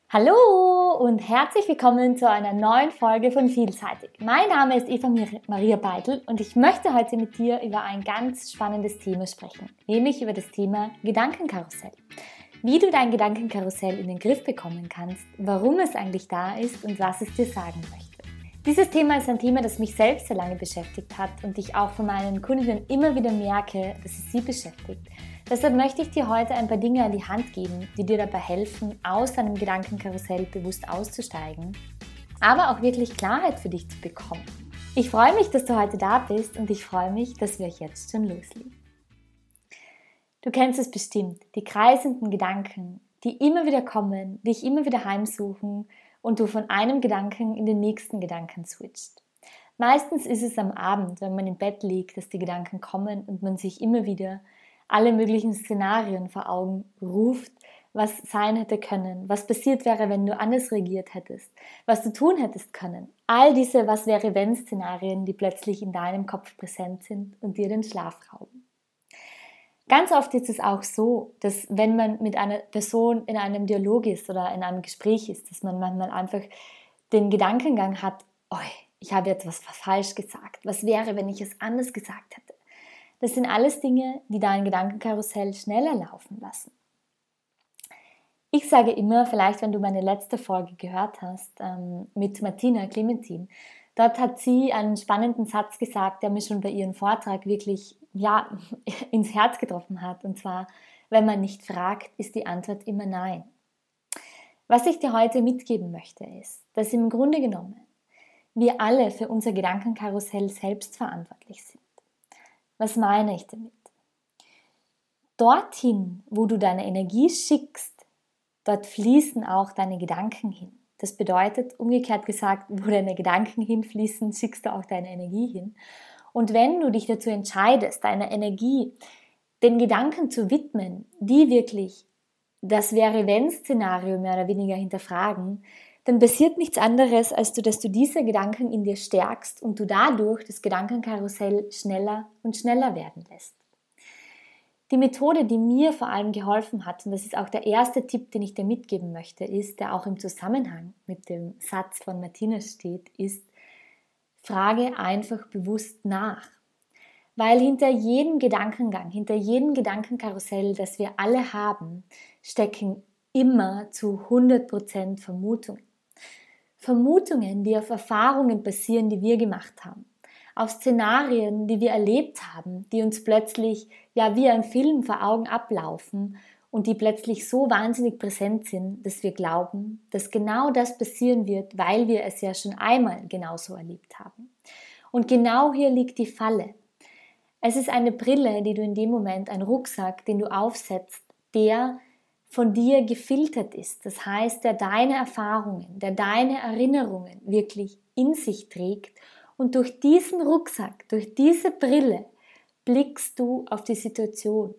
Hallo und herzlich willkommen zu einer neuen Folge von Vielseitig. Mein Name ist Eva Maria Beitel und ich möchte heute mit dir über ein ganz spannendes Thema sprechen, nämlich über das Thema Gedankenkarussell. Wie du dein Gedankenkarussell in den Griff bekommen kannst, warum es eigentlich da ist und was es dir sagen möchte. Dieses Thema ist ein Thema, das mich selbst sehr lange beschäftigt hat und ich auch von meinen Kundinnen immer wieder merke, dass es sie beschäftigt. Deshalb möchte ich dir heute ein paar Dinge an die Hand geben, die dir dabei helfen, aus deinem Gedankenkarussell bewusst auszusteigen, aber auch wirklich Klarheit für dich zu bekommen. Ich freue mich, dass du heute da bist und ich freue mich, dass wir jetzt schon loslegen. Du kennst es bestimmt, die kreisenden Gedanken, die immer wieder kommen, dich immer wieder heimsuchen und du von einem Gedanken in den nächsten Gedanken switcht. Meistens ist es am Abend, wenn man im Bett liegt, dass die Gedanken kommen und man sich immer wieder alle möglichen Szenarien vor Augen ruft, was sein hätte können, was passiert wäre, wenn du anders reagiert hättest, was du tun hättest können. All diese Was-wäre-wenn-Szenarien, die plötzlich in deinem Kopf präsent sind und dir den Schlaf rauben. Ganz oft ist es auch so, dass wenn man mit einer Person in einem Dialog ist oder in einem Gespräch ist, dass man manchmal einfach den Gedankengang hat, oh, ich habe jetzt was falsch gesagt, was wäre, wenn ich es anders gesagt hätte. Das sind alles Dinge, die dein Gedankenkarussell schneller laufen lassen. Ich sage immer, vielleicht wenn du meine letzte Folge gehört hast, mit Martina Clementin, dort hat sie einen spannenden Satz gesagt, der mir schon bei ihrem Vortrag wirklich ins Herz getroffen hat. Und zwar, wenn man nicht fragt, ist die Antwort immer nein. Was ich dir heute mitgeben möchte, ist, dass im Grunde genommen wir alle für unser Gedankenkarussell selbst verantwortlich sind. Was meine ich damit? Dorthin, wo du deine Energie schickst, dort fließen auch deine Gedanken hin. Das bedeutet, umgekehrt gesagt, wo deine Gedanken hinfließen, schickst du auch deine Energie hin. Und wenn du dich dazu entscheidest, deine Energie den Gedanken zu widmen, die wirklich das Wäre-wenn-Szenario mehr oder weniger hinterfragen, dann passiert nichts anderes, als dass du diese Gedanken in dir stärkst und du dadurch das Gedankenkarussell schneller und schneller werden lässt. Die Methode, die mir vor allem geholfen hat, und das ist auch der erste Tipp, den ich dir mitgeben möchte, ist, der auch im Zusammenhang mit dem Satz von Martina steht, ist, frage einfach bewusst nach. Weil hinter jedem Gedankengang, hinter jedem Gedankenkarussell, das wir alle haben, stecken immer zu 100% Vermutungen. Vermutungen, die auf Erfahrungen basieren, die wir gemacht haben. Auf Szenarien, die wir erlebt haben, die uns plötzlich wie ein Film vor Augen ablaufen und die plötzlich so wahnsinnig präsent sind, dass wir glauben, dass genau das passieren wird, weil wir es ja schon einmal genauso erlebt haben. Und genau hier liegt die Falle. Es ist eine Brille, die du in dem Moment, ein Rucksack, den du aufsetzt, der von dir gefiltert ist. Das heißt, der deine Erfahrungen, der deine Erinnerungen wirklich in sich trägt. Und durch diesen Rucksack, durch diese Brille blickst du auf die Situation.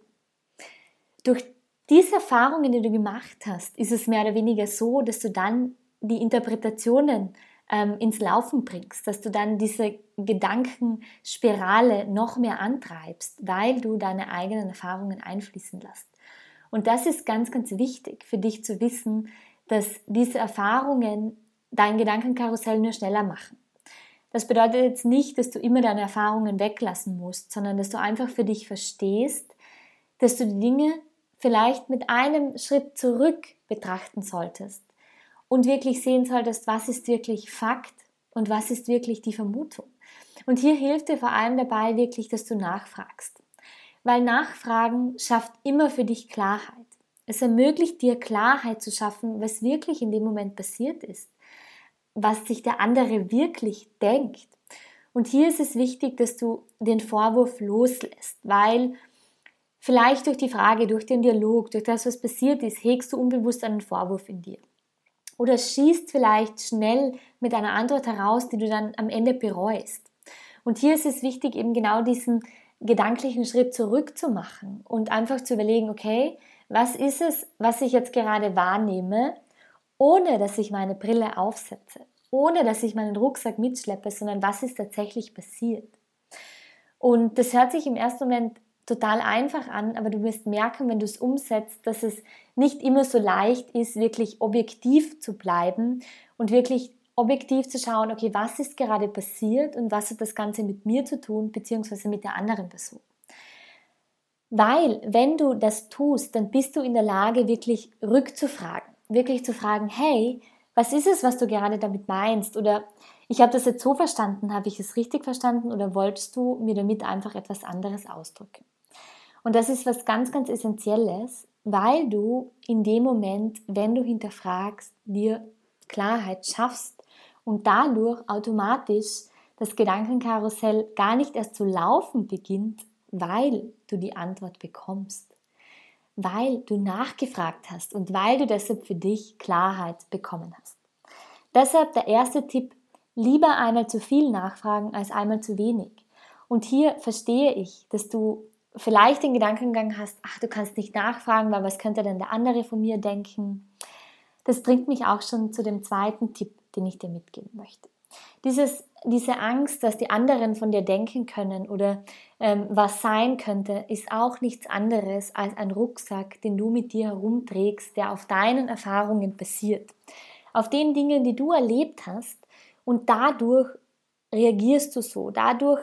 Durch diese Erfahrungen, die du gemacht hast, ist es mehr oder weniger so, dass du dann die Interpretationen ins Laufen bringst, dass du dann diese Gedankenspirale noch mehr antreibst, weil du deine eigenen Erfahrungen einfließen lässt. Und das ist ganz, ganz wichtig für dich zu wissen, dass diese Erfahrungen dein Gedankenkarussell nur schneller machen. Das bedeutet jetzt nicht, dass du immer deine Erfahrungen weglassen musst, sondern dass du einfach für dich verstehst, dass du die Dinge vielleicht mit einem Schritt zurück betrachten solltest und wirklich sehen solltest, was ist wirklich Fakt und was ist wirklich die Vermutung. Und hier hilft dir vor allem dabei wirklich, dass du nachfragst. Weil Nachfragen schafft immer für dich Klarheit. Es ermöglicht dir Klarheit zu schaffen, was wirklich in dem Moment passiert ist, was sich der andere wirklich denkt. Und hier ist es wichtig, dass du den Vorwurf loslässt, weil vielleicht durch die Frage, durch den Dialog, durch das, was passiert ist, hegst du unbewusst einen Vorwurf in dir. Oder schießt vielleicht schnell mit einer Antwort heraus, die du dann am Ende bereust. Und hier ist es wichtig, eben genau diesen gedanklichen Schritt zurück zu machen und einfach zu überlegen, okay, was ist es, was ich jetzt gerade wahrnehme, ohne dass ich meine Brille aufsetze, ohne dass ich meinen Rucksack mitschleppe, sondern was ist tatsächlich passiert. Und das hört sich im ersten Moment total einfach an, aber du wirst merken, wenn du es umsetzt, dass es nicht immer so leicht ist, wirklich objektiv zu bleiben und wirklich objektiv zu schauen, okay, was ist gerade passiert und was hat das Ganze mit mir zu tun, beziehungsweise mit der anderen Person. Weil, wenn du das tust, dann bist du in der Lage, wirklich rückzufragen. Wirklich zu fragen, hey, was ist es, was du gerade damit meinst? Oder ich habe das jetzt so verstanden, habe ich es richtig verstanden oder wolltest du mir damit einfach etwas anderes ausdrücken? Und das ist was ganz, ganz Essentielles, weil du in dem Moment, wenn du hinterfragst, dir Klarheit schaffst und dadurch automatisch das Gedankenkarussell gar nicht erst zu laufen beginnt, weil du die Antwort bekommst, weil du nachgefragt hast und weil du deshalb für dich Klarheit bekommen hast. Deshalb der erste Tipp, lieber einmal zu viel nachfragen als einmal zu wenig. Und hier verstehe ich, dass du vielleicht den Gedankengang hast, ach, du kannst nicht nachfragen, weil was könnte denn der andere von mir denken? Das bringt mich auch schon zu dem zweiten Tipp, den ich dir mitgeben möchte. Diese Angst, dass die anderen von dir denken können oder was sein könnte, ist auch nichts anderes als ein Rucksack, den du mit dir herumträgst, der auf deinen Erfahrungen basiert. Auf den Dingen, die du erlebt hast, und dadurch reagierst du so. Dadurch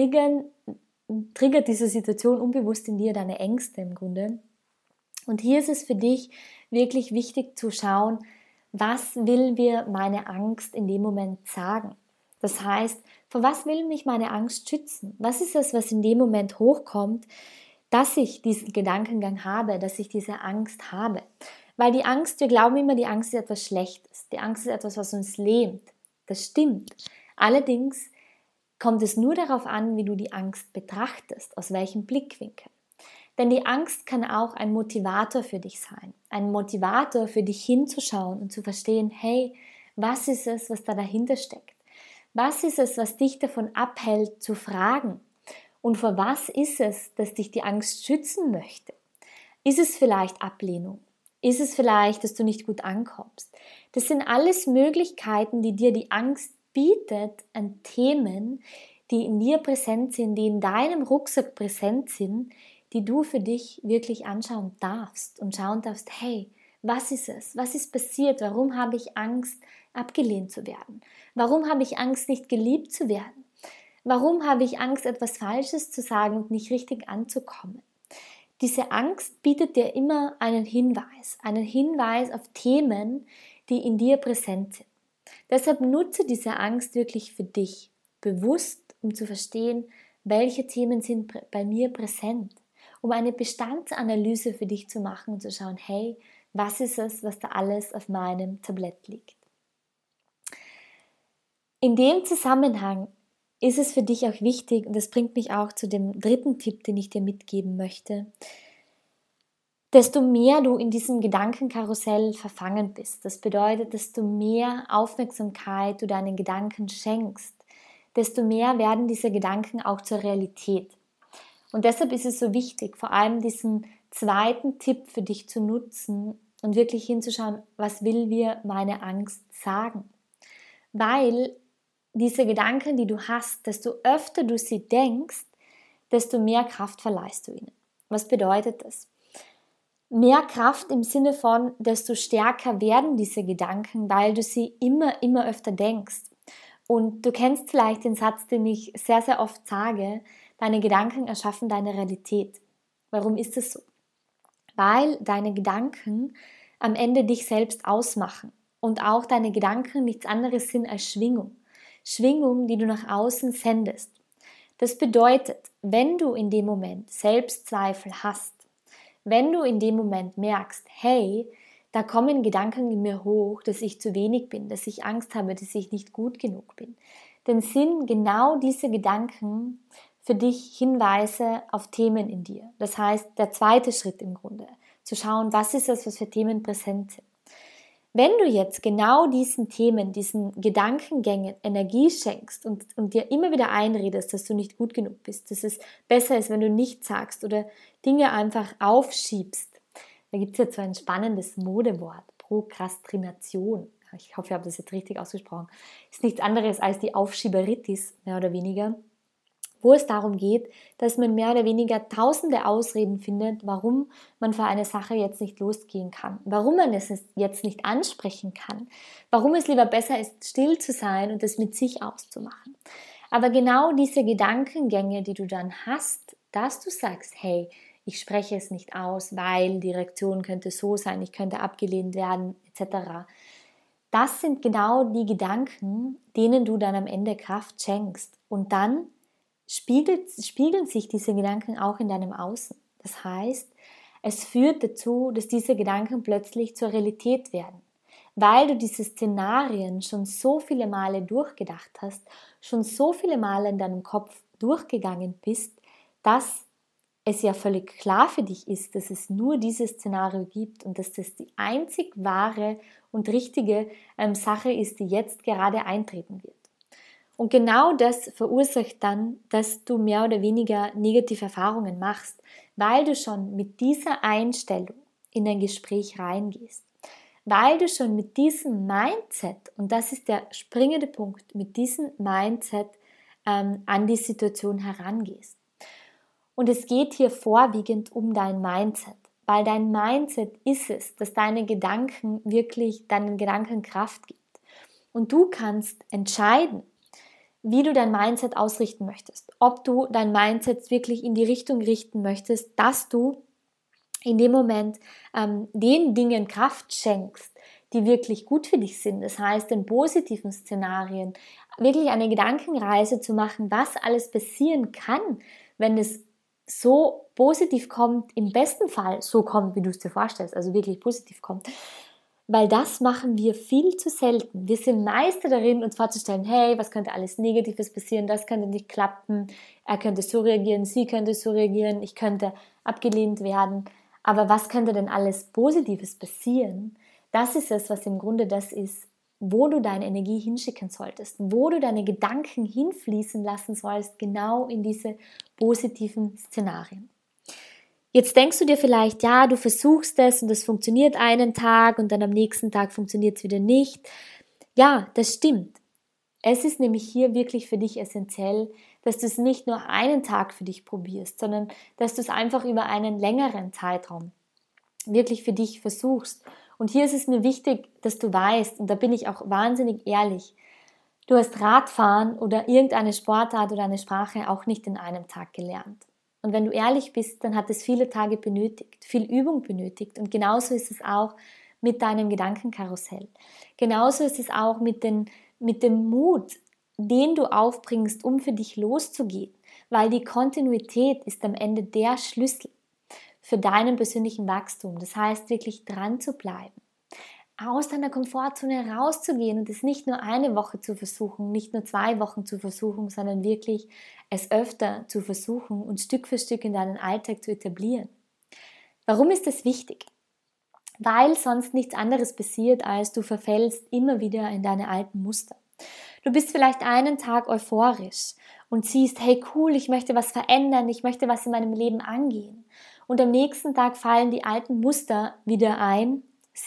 triggert diese Situation unbewusst in dir deine Ängste im Grunde. Und hier ist es für dich wirklich wichtig zu schauen, was will mir meine Angst in dem Moment sagen? Das heißt, vor was will mich meine Angst schützen? Was ist es, was in dem Moment hochkommt, dass ich diesen Gedankengang habe, dass ich diese Angst habe? Weil die Angst, wir glauben immer, die Angst ist etwas Schlechtes. Die Angst ist etwas, was uns lähmt. Das stimmt. Allerdings kommt es nur darauf an, wie du die Angst betrachtest, aus welchem Blickwinkel. Denn die Angst kann auch ein Motivator für dich sein. Ein Motivator für dich hinzuschauen und zu verstehen, hey, was ist es, was da dahinter steckt? Was ist es, was dich davon abhält, zu fragen? Und vor was ist es, dass dich die Angst schützen möchte? Ist es vielleicht Ablehnung? Ist es vielleicht, dass du nicht gut ankommst? Das sind alles Möglichkeiten, die dir die Angst bietet an Themen, die in dir präsent sind, die in deinem Rucksack präsent sind, die du für dich wirklich anschauen darfst und schauen darfst, hey, was ist es? Was ist passiert? Warum habe ich Angst, abgelehnt zu werden? Warum habe ich Angst, nicht geliebt zu werden? Warum habe ich Angst, etwas Falsches zu sagen und nicht richtig anzukommen? Diese Angst bietet dir immer einen Hinweis auf Themen, die in dir präsent sind. Deshalb nutze diese Angst wirklich für dich, bewusst, um zu verstehen, welche Themen sind bei mir präsent, um eine Bestandsanalyse für dich zu machen und zu schauen, hey, was ist es, was da alles auf meinem Tablett liegt. In dem Zusammenhang ist es für dich auch wichtig, und das bringt mich auch zu dem dritten Tipp, den ich dir mitgeben möchte, desto mehr du in diesem Gedankenkarussell verfangen bist. Das bedeutet, desto mehr Aufmerksamkeit du deinen Gedanken schenkst, desto mehr werden diese Gedanken auch zur Realität. Und deshalb ist es so wichtig, vor allem diesen zweiten Tipp für dich zu nutzen und wirklich hinzuschauen, was will mir meine Angst sagen? Weil diese Gedanken, die du hast, desto öfter du sie denkst, desto mehr Kraft verleihst du ihnen. Was bedeutet das? Mehr Kraft im Sinne von, desto stärker werden diese Gedanken, weil du sie immer öfter denkst. Und du kennst vielleicht den Satz, den ich sehr, sehr oft sage, deine Gedanken erschaffen deine Realität. Warum ist es so? Weil deine Gedanken am Ende dich selbst ausmachen und auch deine Gedanken nichts anderes sind als Schwingung. Schwingung, die du nach außen sendest. Das bedeutet, wenn du in dem Moment Selbstzweifel hast, wenn du in dem Moment merkst, hey, da kommen Gedanken in mir hoch, dass ich zu wenig bin, dass ich Angst habe, dass ich nicht gut genug bin, dann sind genau diese Gedanken für dich Hinweise auf Themen in dir. Das heißt, der zweite Schritt im Grunde, zu schauen, was ist das, was für Themen präsent sind. Wenn du jetzt genau diesen Themen, diesen Gedankengängen Energie schenkst und dir immer wieder einredest, dass du nicht gut genug bist, dass es besser ist, wenn du nichts sagst oder Dinge einfach aufschiebst, da gibt es jetzt so ein spannendes Modewort, Prokrastination. Ich hoffe, ich habe das jetzt richtig ausgesprochen. Ist nichts anderes als die Aufschieberitis, mehr oder weniger. wo es darum geht, dass man mehr oder weniger tausende Ausreden findet, warum man für eine Sache jetzt nicht losgehen kann, warum man es jetzt nicht ansprechen kann, warum es lieber besser ist, still zu sein und es mit sich auszumachen. Aber genau diese Gedankengänge, die du dann hast, dass du sagst, hey, ich spreche es nicht aus, weil die Reaktion könnte so sein, ich könnte abgelehnt werden, etc. Das sind genau die Gedanken, denen du dann am Ende Kraft schenkst. Und dann spiegeln sich diese Gedanken auch in deinem Außen. Das heißt, es führt dazu, dass diese Gedanken plötzlich zur Realität werden, weil du diese Szenarien schon so viele Male durchgedacht hast, schon so viele Male in deinem Kopf durchgegangen bist, dass es ja völlig klar für dich ist, dass es nur dieses Szenario gibt und dass das die einzig wahre und richtige Sache ist, die jetzt gerade eintreten wird. Und genau das verursacht dann, dass du mehr oder weniger negative Erfahrungen machst, weil du schon mit dieser Einstellung in ein Gespräch reingehst, weil du schon mit diesem Mindset, und das ist der springende Punkt, mit diesem Mindset an die Situation herangehst. Und es geht hier vorwiegend um dein Mindset, weil dein Mindset ist es, dass deine Gedanken wirklich deinen Gedanken Kraft gibt. Und du kannst entscheiden, wie du dein Mindset ausrichten möchtest. Ob du dein Mindset wirklich in die Richtung richten möchtest, dass du in dem Moment den Dingen Kraft schenkst, die wirklich gut für dich sind. Das heißt, den positiven Szenarien wirklich eine Gedankenreise zu machen, was alles passieren kann, wenn es so positiv kommt, im besten Fall so kommt, wie du es dir vorstellst, also wirklich positiv kommt. Weil das machen wir viel zu selten. Wir sind Meister darin, uns vorzustellen, hey, was könnte alles Negatives passieren, das könnte nicht klappen, er könnte so reagieren, sie könnte so reagieren, ich könnte abgelehnt werden. Aber was könnte denn alles Positives passieren? Das ist es, was im Grunde das ist, wo du deine Energie hinschicken solltest, wo du deine Gedanken hinfließen lassen sollst, genau in diese positiven Szenarien. Jetzt denkst du dir vielleicht, ja, du versuchst es und es funktioniert einen Tag und dann am nächsten Tag funktioniert es wieder nicht. Ja, das stimmt. Es ist nämlich hier wirklich für dich essentiell, dass du es nicht nur einen Tag für dich probierst, sondern dass du es einfach über einen längeren Zeitraum wirklich für dich versuchst. Und hier ist es mir wichtig, dass du weißt, und da bin ich auch wahnsinnig ehrlich, du hast Radfahren oder irgendeine Sportart oder eine Sprache auch nicht in einem Tag gelernt. Und wenn du ehrlich bist, dann hat es viele Tage benötigt, viel Übung benötigt. Und genauso ist es auch mit deinem Gedankenkarussell. Genauso ist es auch mit dem Mut, den du aufbringst, um für dich loszugehen. Weil die Kontinuität ist am Ende der Schlüssel für deinen persönlichen Wachstum. Das heißt, wirklich dran zu bleiben, aus deiner Komfortzone rauszugehen und es nicht nur eine Woche zu versuchen, nicht nur 2 Wochen zu versuchen, sondern wirklich es öfter zu versuchen und Stück für Stück in deinen Alltag zu etablieren. Warum ist das wichtig? Weil sonst nichts anderes passiert, als du verfällst immer wieder in deine alten Muster. Du bist vielleicht einen Tag euphorisch und siehst, hey cool, ich möchte was verändern, ich möchte was in meinem Leben angehen. Und am nächsten Tag fallen die alten Muster wieder ein,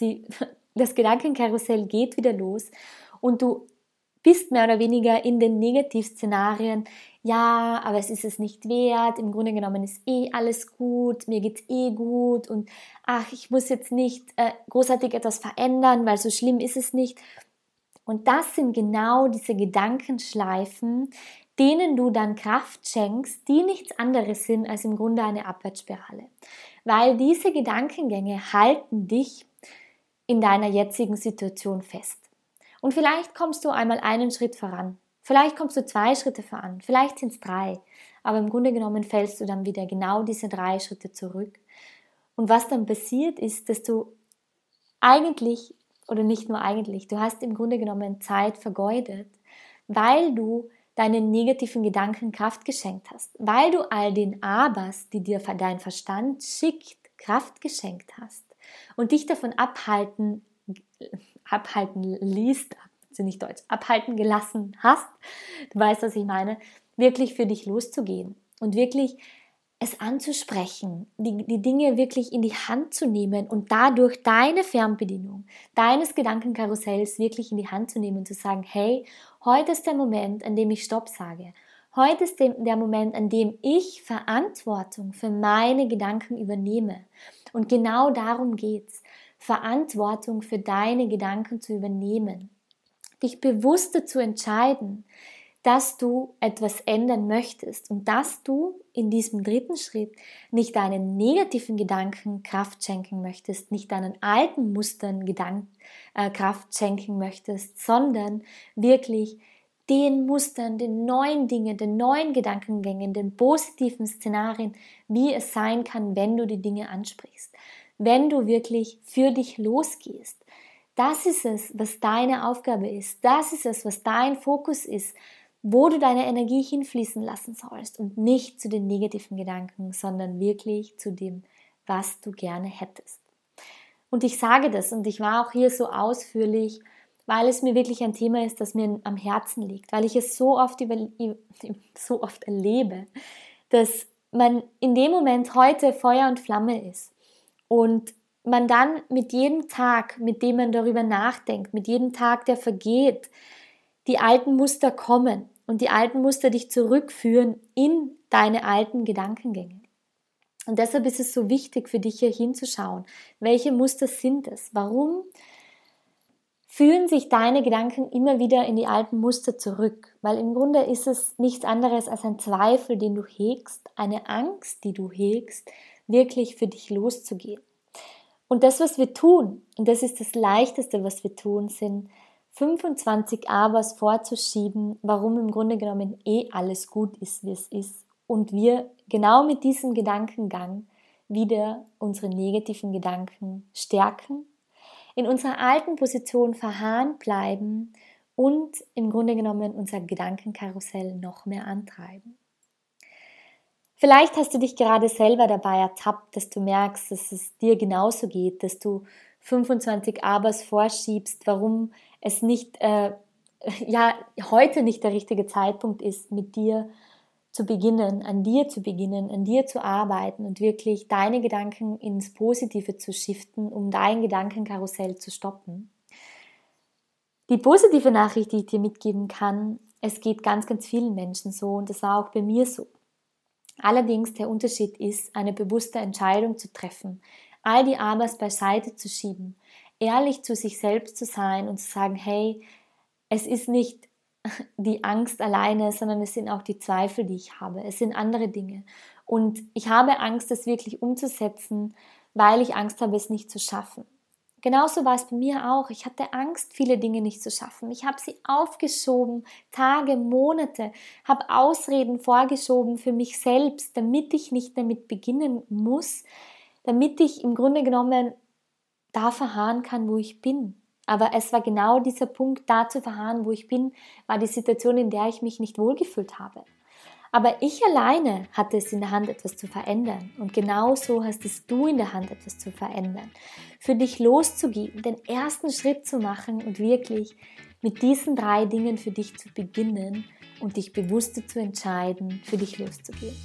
das Gedankenkarussell geht wieder los und du bist mehr oder weniger in den Negativszenarien, ja, aber es ist es nicht wert, im Grunde genommen ist eh alles gut, mir geht's eh gut und ach, ich muss jetzt nicht großartig etwas verändern, weil so schlimm ist es nicht. Und das sind genau diese Gedankenschleifen, denen du dann Kraft schenkst, die nichts anderes sind als im Grunde eine Abwärtsspirale. Weil diese Gedankengänge halten dich in deiner jetzigen Situation fest. Und vielleicht kommst du einmal einen Schritt voran, vielleicht kommst du 2 Schritte voran, vielleicht sind es 3, aber im Grunde genommen fällst du dann wieder genau diese 3 Schritte zurück. Und was dann passiert ist, dass du eigentlich, oder nicht nur eigentlich, du hast im Grunde genommen Zeit vergeudet, weil du deinen negativen Gedanken Kraft geschenkt hast, weil du all den Abers, die dir dein Verstand schickt, Kraft geschenkt hast und dich davon abhalten ließt, nicht Deutsch, abhalten gelassen hast, du weißt, was ich meine, wirklich für dich loszugehen und wirklich es anzusprechen, die Dinge wirklich in die Hand zu nehmen und dadurch deine Fernbedienung, deines Gedankenkarussells wirklich in die Hand zu nehmen und zu sagen, hey, heute ist der Moment, an dem ich Stopp sage. Heute ist der Moment, an dem ich Verantwortung für meine Gedanken übernehme. Und genau darum geht's. Verantwortung für deine Gedanken zu übernehmen. Dich bewusster zu entscheiden, dass du etwas ändern möchtest und dass du in diesem dritten Schritt nicht deinen negativen Gedanken Kraft schenken möchtest, nicht deinen alten Mustern Kraft schenken möchtest, sondern wirklich den Mustern, den neuen Dingen, den neuen Gedankengängen, den positiven Szenarien, wie es sein kann, wenn du die Dinge ansprichst, wenn du wirklich für dich losgehst. Das ist es, was deine Aufgabe ist. Das ist es, was dein Fokus ist, wo du deine Energie hinfließen lassen sollst und nicht zu den negativen Gedanken, sondern wirklich zu dem, was du gerne hättest. Und ich sage das und ich war auch hier so ausführlich, weil es mir wirklich ein Thema ist, das mir am Herzen liegt, weil ich es so oft erlebe, dass man in dem Moment heute Feuer und Flamme ist und man dann mit jedem Tag, mit dem man darüber nachdenkt, mit jedem Tag, der vergeht, die alten Muster kommen und die alten Muster dich zurückführen in deine alten Gedankengänge. Und deshalb ist es so wichtig für dich hier hinzuschauen, welche Muster sind es? Warum führen sich deine Gedanken immer wieder in die alten Muster zurück? Weil im Grunde ist es nichts anderes als ein Zweifel, den du hegst, eine Angst, die du hegst, wirklich für dich loszugehen. Und das, was wir tun, und das ist das Leichteste, was wir tun, sind 25 Abers vorzuschieben, warum im Grunde genommen alles gut ist, wie es ist. Und wir genau mit diesem Gedankengang wieder unsere negativen Gedanken stärken, in unserer alten Position verharren bleiben und im Grunde genommen unser Gedankenkarussell noch mehr antreiben. Vielleicht hast du dich gerade selber dabei ertappt, dass du merkst, dass es dir genauso geht, dass du 25 Abers vorschiebst, warum es nicht, heute nicht der richtige Zeitpunkt ist, mit dir zu beginnen, an dir zu arbeiten und wirklich deine Gedanken ins Positive zu shiften, um dein Gedankenkarussell zu stoppen. Die positive Nachricht, die ich dir mitgeben kann, es geht ganz, ganz vielen Menschen so und das war auch bei mir so. Allerdings der Unterschied ist, eine bewusste Entscheidung zu treffen, all die Abers beiseite zu schieben, ehrlich zu sich selbst zu sein und zu sagen, hey, es ist nicht die Angst alleine, sondern es sind auch die Zweifel, die ich habe. Es sind andere Dinge. Und ich habe Angst, das wirklich umzusetzen, weil ich Angst habe, es nicht zu schaffen. Genauso war es bei mir auch. Ich hatte Angst, viele Dinge nicht zu schaffen. Ich habe sie aufgeschoben, Tage, Monate, habe Ausreden vorgeschoben für mich selbst, damit ich nicht damit beginnen muss, damit ich im Grunde genommen da verharren kann, wo ich bin. Aber es war genau dieser Punkt, da zu verharren, wo ich bin, war die Situation, in der ich mich nicht wohlgefühlt habe. Aber ich alleine hatte es in der Hand, etwas zu verändern. Und genauso hast es du in der Hand, etwas zu verändern. Für dich loszugehen, den ersten Schritt zu machen und wirklich mit diesen 3 Dingen für dich zu beginnen und dich bewusster zu entscheiden, für dich loszugehen.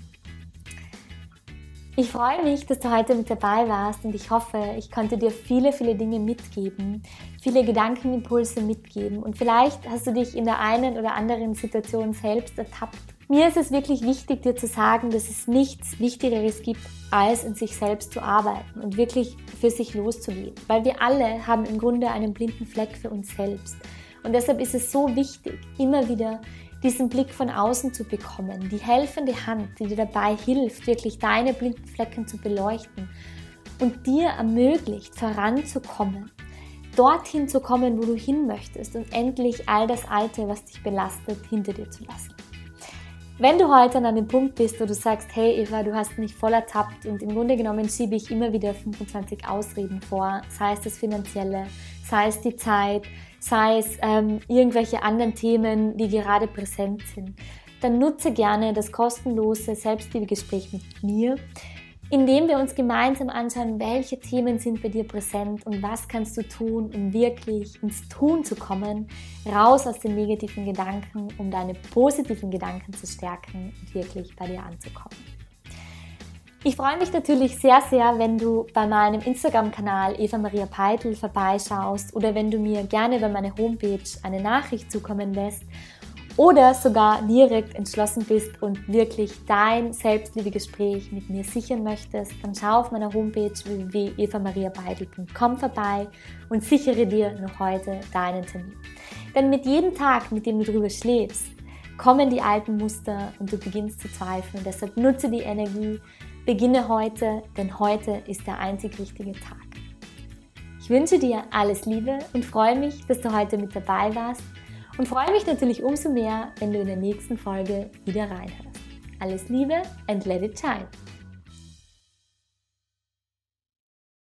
Ich freue mich, dass du heute mit dabei warst und ich hoffe, ich konnte dir viele, viele Dinge mitgeben, viele Gedankenimpulse mitgeben und vielleicht hast du dich in der einen oder anderen Situation selbst ertappt. Mir ist es wirklich wichtig, dir zu sagen, dass es nichts Wichtigeres gibt, als in sich selbst zu arbeiten und wirklich für sich loszugehen, weil wir alle haben im Grunde einen blinden Fleck für uns selbst und deshalb ist es so wichtig, immer wieder diesen Blick von außen zu bekommen, die helfende Hand, die dir dabei hilft, wirklich deine blinden Flecken zu beleuchten und dir ermöglicht, voranzukommen, dorthin zu kommen, wo du hin möchtest und endlich all das Alte, was dich belastet, hinter dir zu lassen. Wenn du heute an einem Punkt bist, wo du sagst, hey Eva, du hast mich voll ertappt und im Grunde genommen schiebe ich immer wieder 25 Ausreden vor, sei es das Finanzielle, sei es die Zeit, sei es irgendwelche anderen Themen, die gerade präsent sind, dann nutze gerne das kostenlose Selbstliebegespräch mit mir, indem wir uns gemeinsam anschauen, welche Themen sind bei dir präsent und was kannst du tun, um wirklich ins Tun zu kommen, raus aus den negativen Gedanken, um deine positiven Gedanken zu stärken und wirklich bei dir anzukommen. Ich freue mich natürlich sehr, sehr, wenn du bei meinem Instagram-Kanal Eva Maria Peitl vorbeischaust oder wenn du mir gerne über meine Homepage eine Nachricht zukommen lässt oder sogar direkt entschlossen bist und wirklich dein Selbstliebegespräch mit mir sichern möchtest, dann schau auf meiner Homepage www.evamariabeidl.com vorbei und sichere dir noch heute deinen Termin. Denn mit jedem Tag, mit dem du drüber schläfst, kommen die alten Muster und du beginnst zu zweifeln. Und deshalb nutze die Energie, beginne heute, denn heute ist der einzig richtige Tag. Ich wünsche dir alles Liebe und freue mich, dass du heute mit dabei warst und freue mich natürlich umso mehr, wenn du in der nächsten Folge wieder reinhörst. Alles Liebe and let it shine!